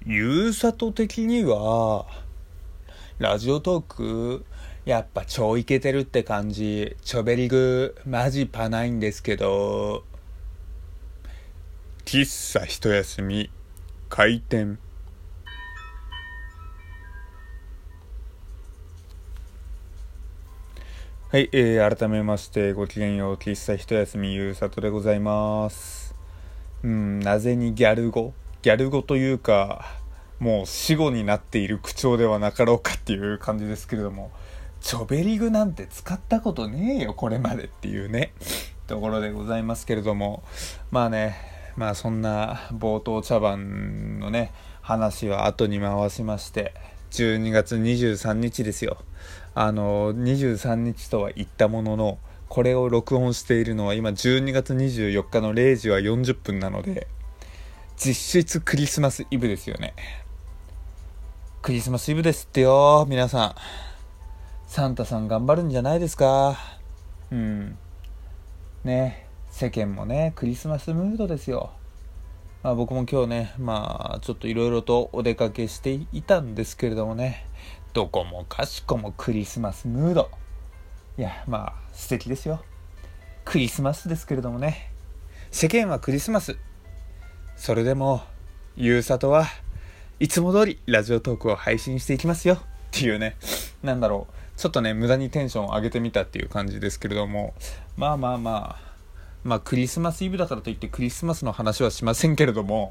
ゆうさと的にはラジオトークやっぱ超イケてるって感じ。チョベリグマジパないんですけど、喫茶一休み開店。はい、改めましてごきげんよう、喫茶一休みゆうさとでございます。なぜにギャル語というか、もう死語になっている口調ではなかろうかっていう感じですけれども、チョベリグなんて使ったことねえよこれまでっていうねところでございますけれども、まあそんな冒頭茶番のね話は後に回しまして、12月23日ですよ。23日とは言ったものの、これを録音しているのは今12月24日の0時は40分なので、実質クリスマスイブですよね。クリスマスイブですってよ。皆さんサンタさん頑張るんじゃないですか。ね、世間もねクリスマスムードですよ。僕も今日ねちょっといろいろとお出かけしていたんですけれどもね、どこもかしこもクリスマスムード。いや素敵ですよ。クリスマスですけれどもね、世間はクリスマス。それでもゆうさとはいつも通りラジオトークを配信していきますよっていうね、ちょっとね無駄にテンションを上げてみたっていう感じですけれども、クリスマスイブだからといってクリスマスの話はしませんけれども、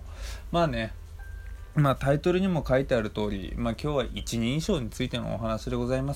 タイトルにも書いてある通り、今日は一人称についてのお話でございます。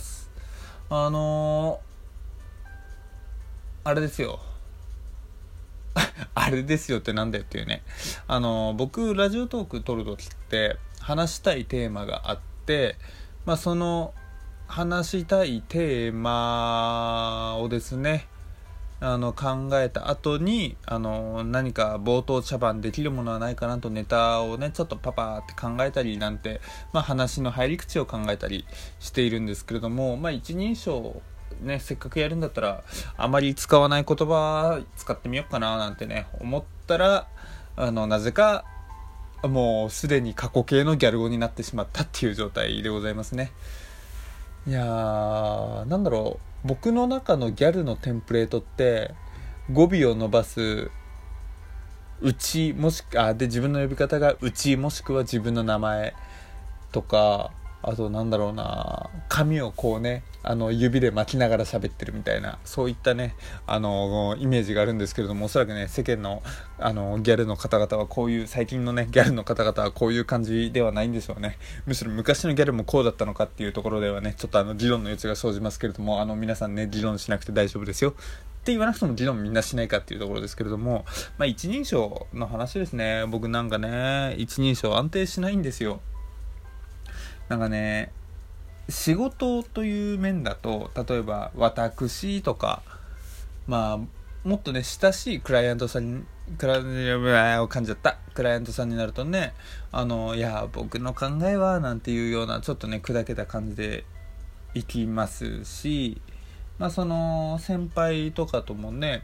あれですよあれですよってなんだよっていうね。僕ラジオトーク撮るときって話したいテーマがあって、その話したいテーマをですね考えた後に何か冒頭茶番できるものはないかなとネタをねちょっとパパって考えたりなんて、話の入り口を考えたりしているんですけれども、一人称ねせっかくやるんだったらあまり使わない言葉使ってみようかななんてね思ったら、なぜかもうすでに過去形のギャル語になってしまったっていう状態でございますね。いやー僕の中のギャルのテンプレートって語尾を伸ばすうちもしくで自分の呼び方がうちもしくは自分の名前とか、あと髪をこうね指で巻きながら喋ってるみたいな、そういったねイメージがあるんですけれども、おそらくね世間のギャルの方々はこういう、最近のねギャルの方々はこういう感じではないんでしょうね。むしろ昔のギャルもこうだったのかっていうところではねちょっと議論の余地が生じますけれども、皆さんね議論しなくて大丈夫ですよって言わなくても議論みんなしないかっていうところですけれども、一人称の話ですね。僕一人称安定しないんですよ。仕事という面だと、例えば私とかもっとね親しいクライアントさんにクライアントさんになるとねいや僕の考えはなんていうようなちょっとね砕けた感じでいきますし、その先輩とかともね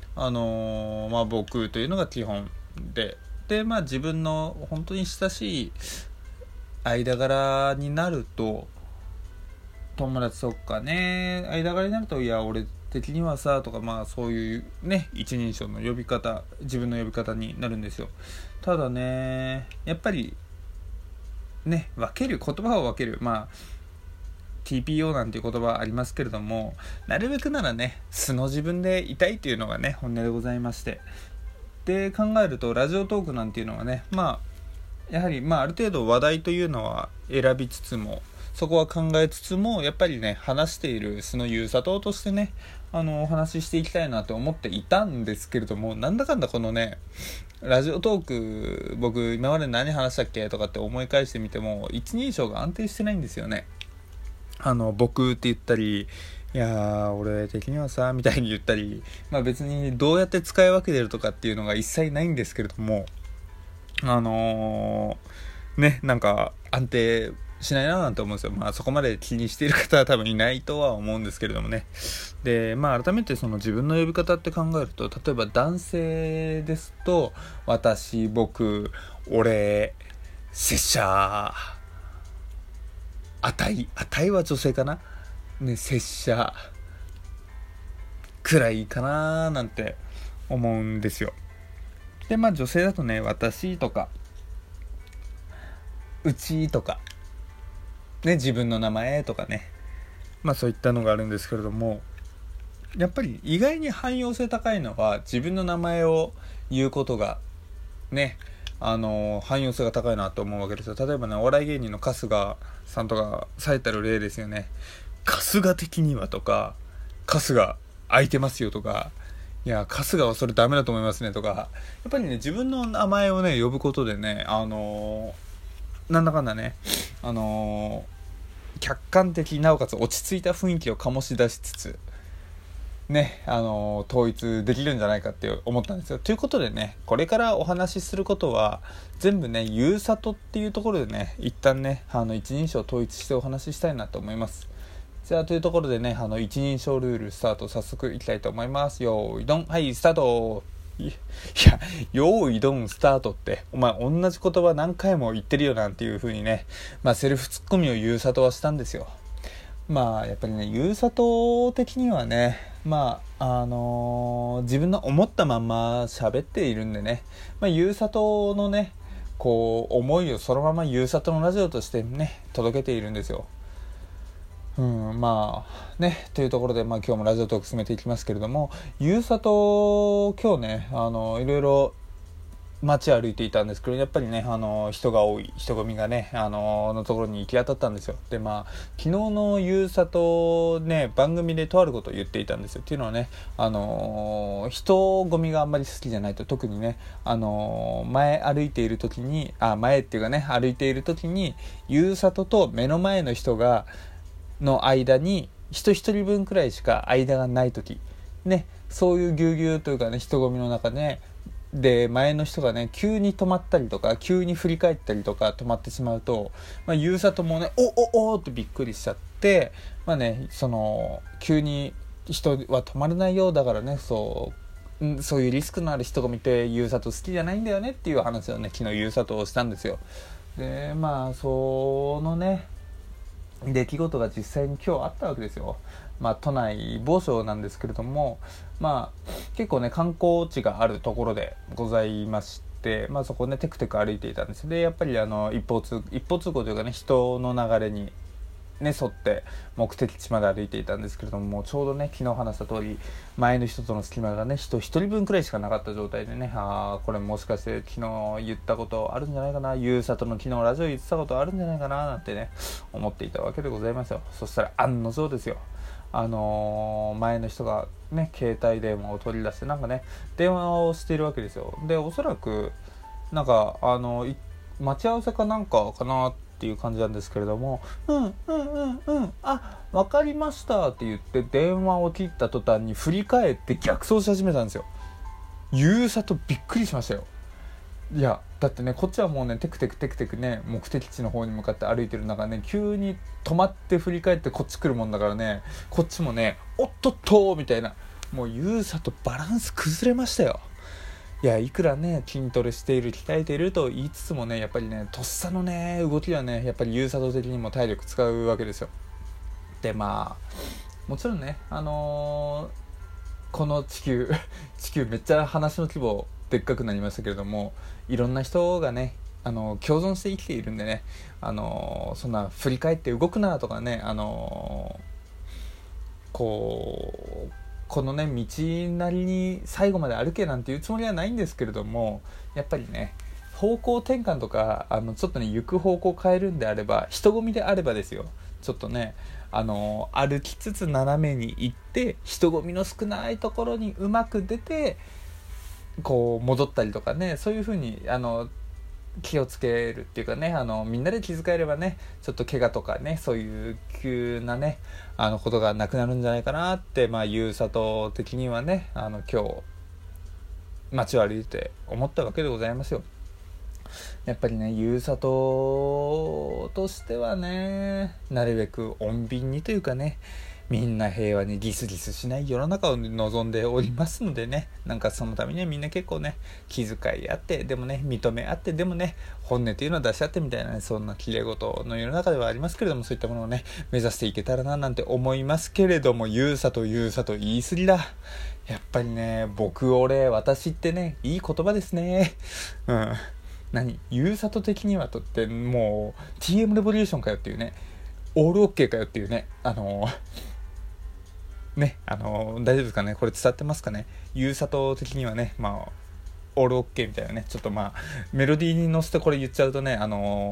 僕というのが基本で自分の本当に親しい間柄になると、友達とかね間柄になると、いや俺的にはさとかそういうね一人称の呼び方、自分の呼び方になるんですよ。ただねやっぱりね言葉を分けるTPO なんていう言葉ありますけれども、なるべくならね素の自分でいたいというのがね本音でございまして、で考えるとラジオトークなんていうのはねやはりある程度話題というのは選びつつも、そこは考えつつも、やっぱりね話している素のゆうさととしてねお話ししていきたいなと思っていたんですけれども、なんだかんだこのねラジオトーク僕今まで何話したっけとかって思い返してみても一人称が安定してないんですよね。僕って言ったり、いや俺的にはさみたいに言ったり、別にどうやって使い分けてるとかっていうのが一切ないんですけれども、安定しないななんて思うんですよ。そこまで気にしている方は多分いないとは思うんですけれどもね。で改めてその自分の呼び方って考えると、例えば男性ですと私、僕、俺、 拙者あたいは女性かなね、拙者くらいかななんて思うんですよ。で女性だとね、私とかうちとかね、自分の名前とかね、そういったのがあるんですけれども、やっぱり意外に汎用性高いのは自分の名前を言うことがね、汎用性が高いなと思うわけですよ。例えばね、お笑い芸人の春日さんとか最たる例ですよね。春日的にはとか、春日空いてますよとか、いや春日はそれダメだと思いますねとか、やっぱりね、自分の名前をね呼ぶことでね、なんだかんだね、客観的なおかつ落ち着いた雰囲気を醸し出しつつね、統一できるんじゃないかって思ったんですよ。ということでね、これからお話しすることは全部ね、ゆうさとっていうところでね、一旦ね、一人称統一してお話ししたいなと思います。じゃあというところでね、一人称ルールスタート、早速いきたいと思います。よーいどん、はいスタート。いや、よーいどんスタートってお前同じ言葉何回も言ってるよなんていう風にね、セルフツッコミをゆうさとはしたんですよ。やっぱりね、ゆうさと的にはね、自分の思ったまんま喋っているんでね、ゆうさとのね、こう思いをそのままゆうさとのラジオとしてね届けているんですよ。というところで、今日もラジオトーク進めていきますけれども、ゆうさと今日ね、いろいろ街歩いていたんですけど、やっぱりね、人が多い、人混みがね、のところに行き当たったんですよ。で昨日のゆうさとね、番組でとあることを言っていたんですよ。っていうのはね、人混みがあんまり好きじゃないと、特にね、前歩いている時に、前っていうかね、歩いている時にゆうさとと目の前の人がの間に人一人分くらいしか間がない時ね、そういうぎゅうぎゅうというかね、人混みの中で前の人がね急に止まったりとか、急に振り返ったりとか止まってしまうと、ゆうさともねおってびっくりしちゃって、その急に人は止まれないようだからね、そういうリスクのある人が見てゆうさと好きじゃないんだよねっていう話をね、昨日ゆうさとをしたんですよ。でそのね出来事が実際に今日あったわけですよ。都内某所なんですけれども、結構ね観光地があるところでございまして、そこねテクテク歩いていたんです。でやっぱり一方通行というかね、人の流れにね沿って目的地まで歩いていたんですけれども、ちょうどね昨日話した通り、前の人との隙間がね人一人分くらいしかなかった状態でね、これもしかして昨日言ったことあるんじゃないかな、ゆうさとの昨日ラジオ言ってたことあるんじゃないかななんてね思っていたわけでございますよ。そしたら案の定ですよ。前の人がね携帯電話を取り出して電話をしているわけですよ。でおそらく待ち合わせかなんかかなっていう感じなんですけれども、わかりましたって言って電話を切った途端に振り返って逆走し始めたんですよ。ゆうさとびっくりしましたよ。いやだってね、こっちはもうねテクテクね目的地の方に向かって歩いてる中ね、急に止まって振り返ってこっち来るもんだからね、こっちもねおっとっとみたいな、もうゆうさとバランス崩れましたよ。いやいくらね筋トレしている鍛えていると言いつつもね、やっぱりねとっさのね動きはねやっぱりゆうさと的にも体力使うわけですよ。でもちろんねこの地球めっちゃ話の規模でっかくなりましたけれども、いろんな人がね共存して生きているんでね、そんな振り返って動くなとかね、このね道なりに最後まで歩けなんていうつもりはないんですけれども、やっぱりね方向転換とかちょっとね行く方向を変えるんであれば、人混みであればですよ、ちょっとね歩きつつ斜めに行って人混みの少ないところにうまく出てこう戻ったりとかね、そういう風に気をつけるっていうかね、みんなで気遣えればね、ちょっと怪我とかね、そういう急なねことがなくなるんじゃないかなって、ゆうさと的にはね今日街を歩いて思ったわけでございますよ。やっぱりねゆうさととしてはね、なるべく穏便にというかね、 みんな平和にギスギスしない世の中を望んでおりますのでね、なんかそのためにはみんな結構ね、気遣いあって、でもね、認め合って、でもね、本音というのを出し合ってみたいなね、そんな綺麗事の世の中ではありますけれども、そういったものをね、目指していけたらななんて思いますけれども、言うさと言い過ぎだ。やっぱりね、僕、俺、私ってね、いい言葉ですね。うん。ゆうさと的にはとってもう TM レボリューションかよっていうね、オールオッケーかよっていうね、大丈夫ですかね、これ伝わってますかね。ゆうさと的にはね、まあオールオッケーみたいなね、ちょっとまあメロディーに乗せてこれ言っちゃうとね、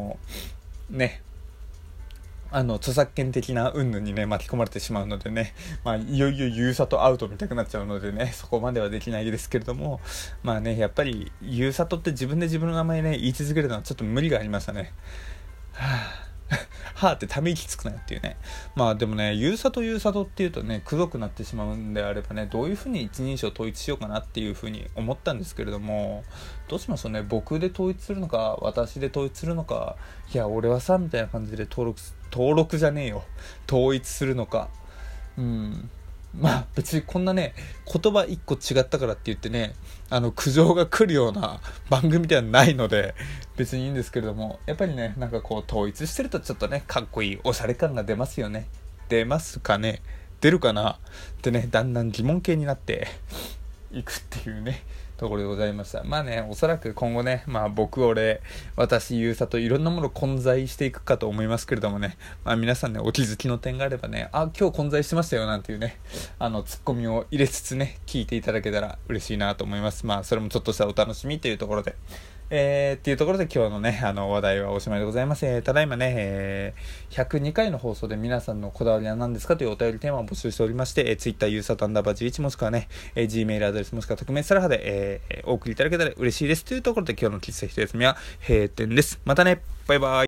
著作権的な云々にね巻き込まれてしまうのでね、まあいよいよゆうさとアウトみたいになっちゃうのでね、そこまではできないですけれども、まあね、やっぱりゆうさとって自分で自分の名前ね言い続けるのはちょっと無理がありましたね。はぁってため息つくなよっていうね。まあでもね、ゆうさとっていうとね、くどくなってしまうんであればね、どういうふうに一人称統一しようかなっていうふうに思ったんですけれども、どうしましょうね。僕で統一するのか、私で統一するのか、いや俺はさみたいな感じで登録じゃねえよ、統一するのか。まあ別にこんなね、言葉一個違ったからって言ってね、苦情が来るような番組ではないので別にいいんですけれども、やっぱりね、なんかこう統一してるとちょっとね、かっこいいおしゃれ感が出ますよね。出ますかね、出るかなってね、だんだん疑問形になっていくっていうねところでございました。まあね、おそらく今後ね、まあ僕、俺、私、ゆうさといろんなもの混在していくかと思いますけれどもね、まあ皆さんね、お気づきの点があればね、今日混在してましたよなんていうね、ツッコミを入れつつね、聞いていただけたら嬉しいなと思います。まあそれもちょっとしたお楽しみというところで、っていうところで今日のね、話題はおしまいでございます。ただいまね、102回の放送で皆さんのこだわりは何ですかというお便りテーマを募集しておりまして、Twitter ゆうさと_11もしくはね、Gmail アドレスもしくは匿名サラハで、お送りいただけたら嬉しいですというところで、今日の喫茶一休みは閉店です。またね、バイバイ。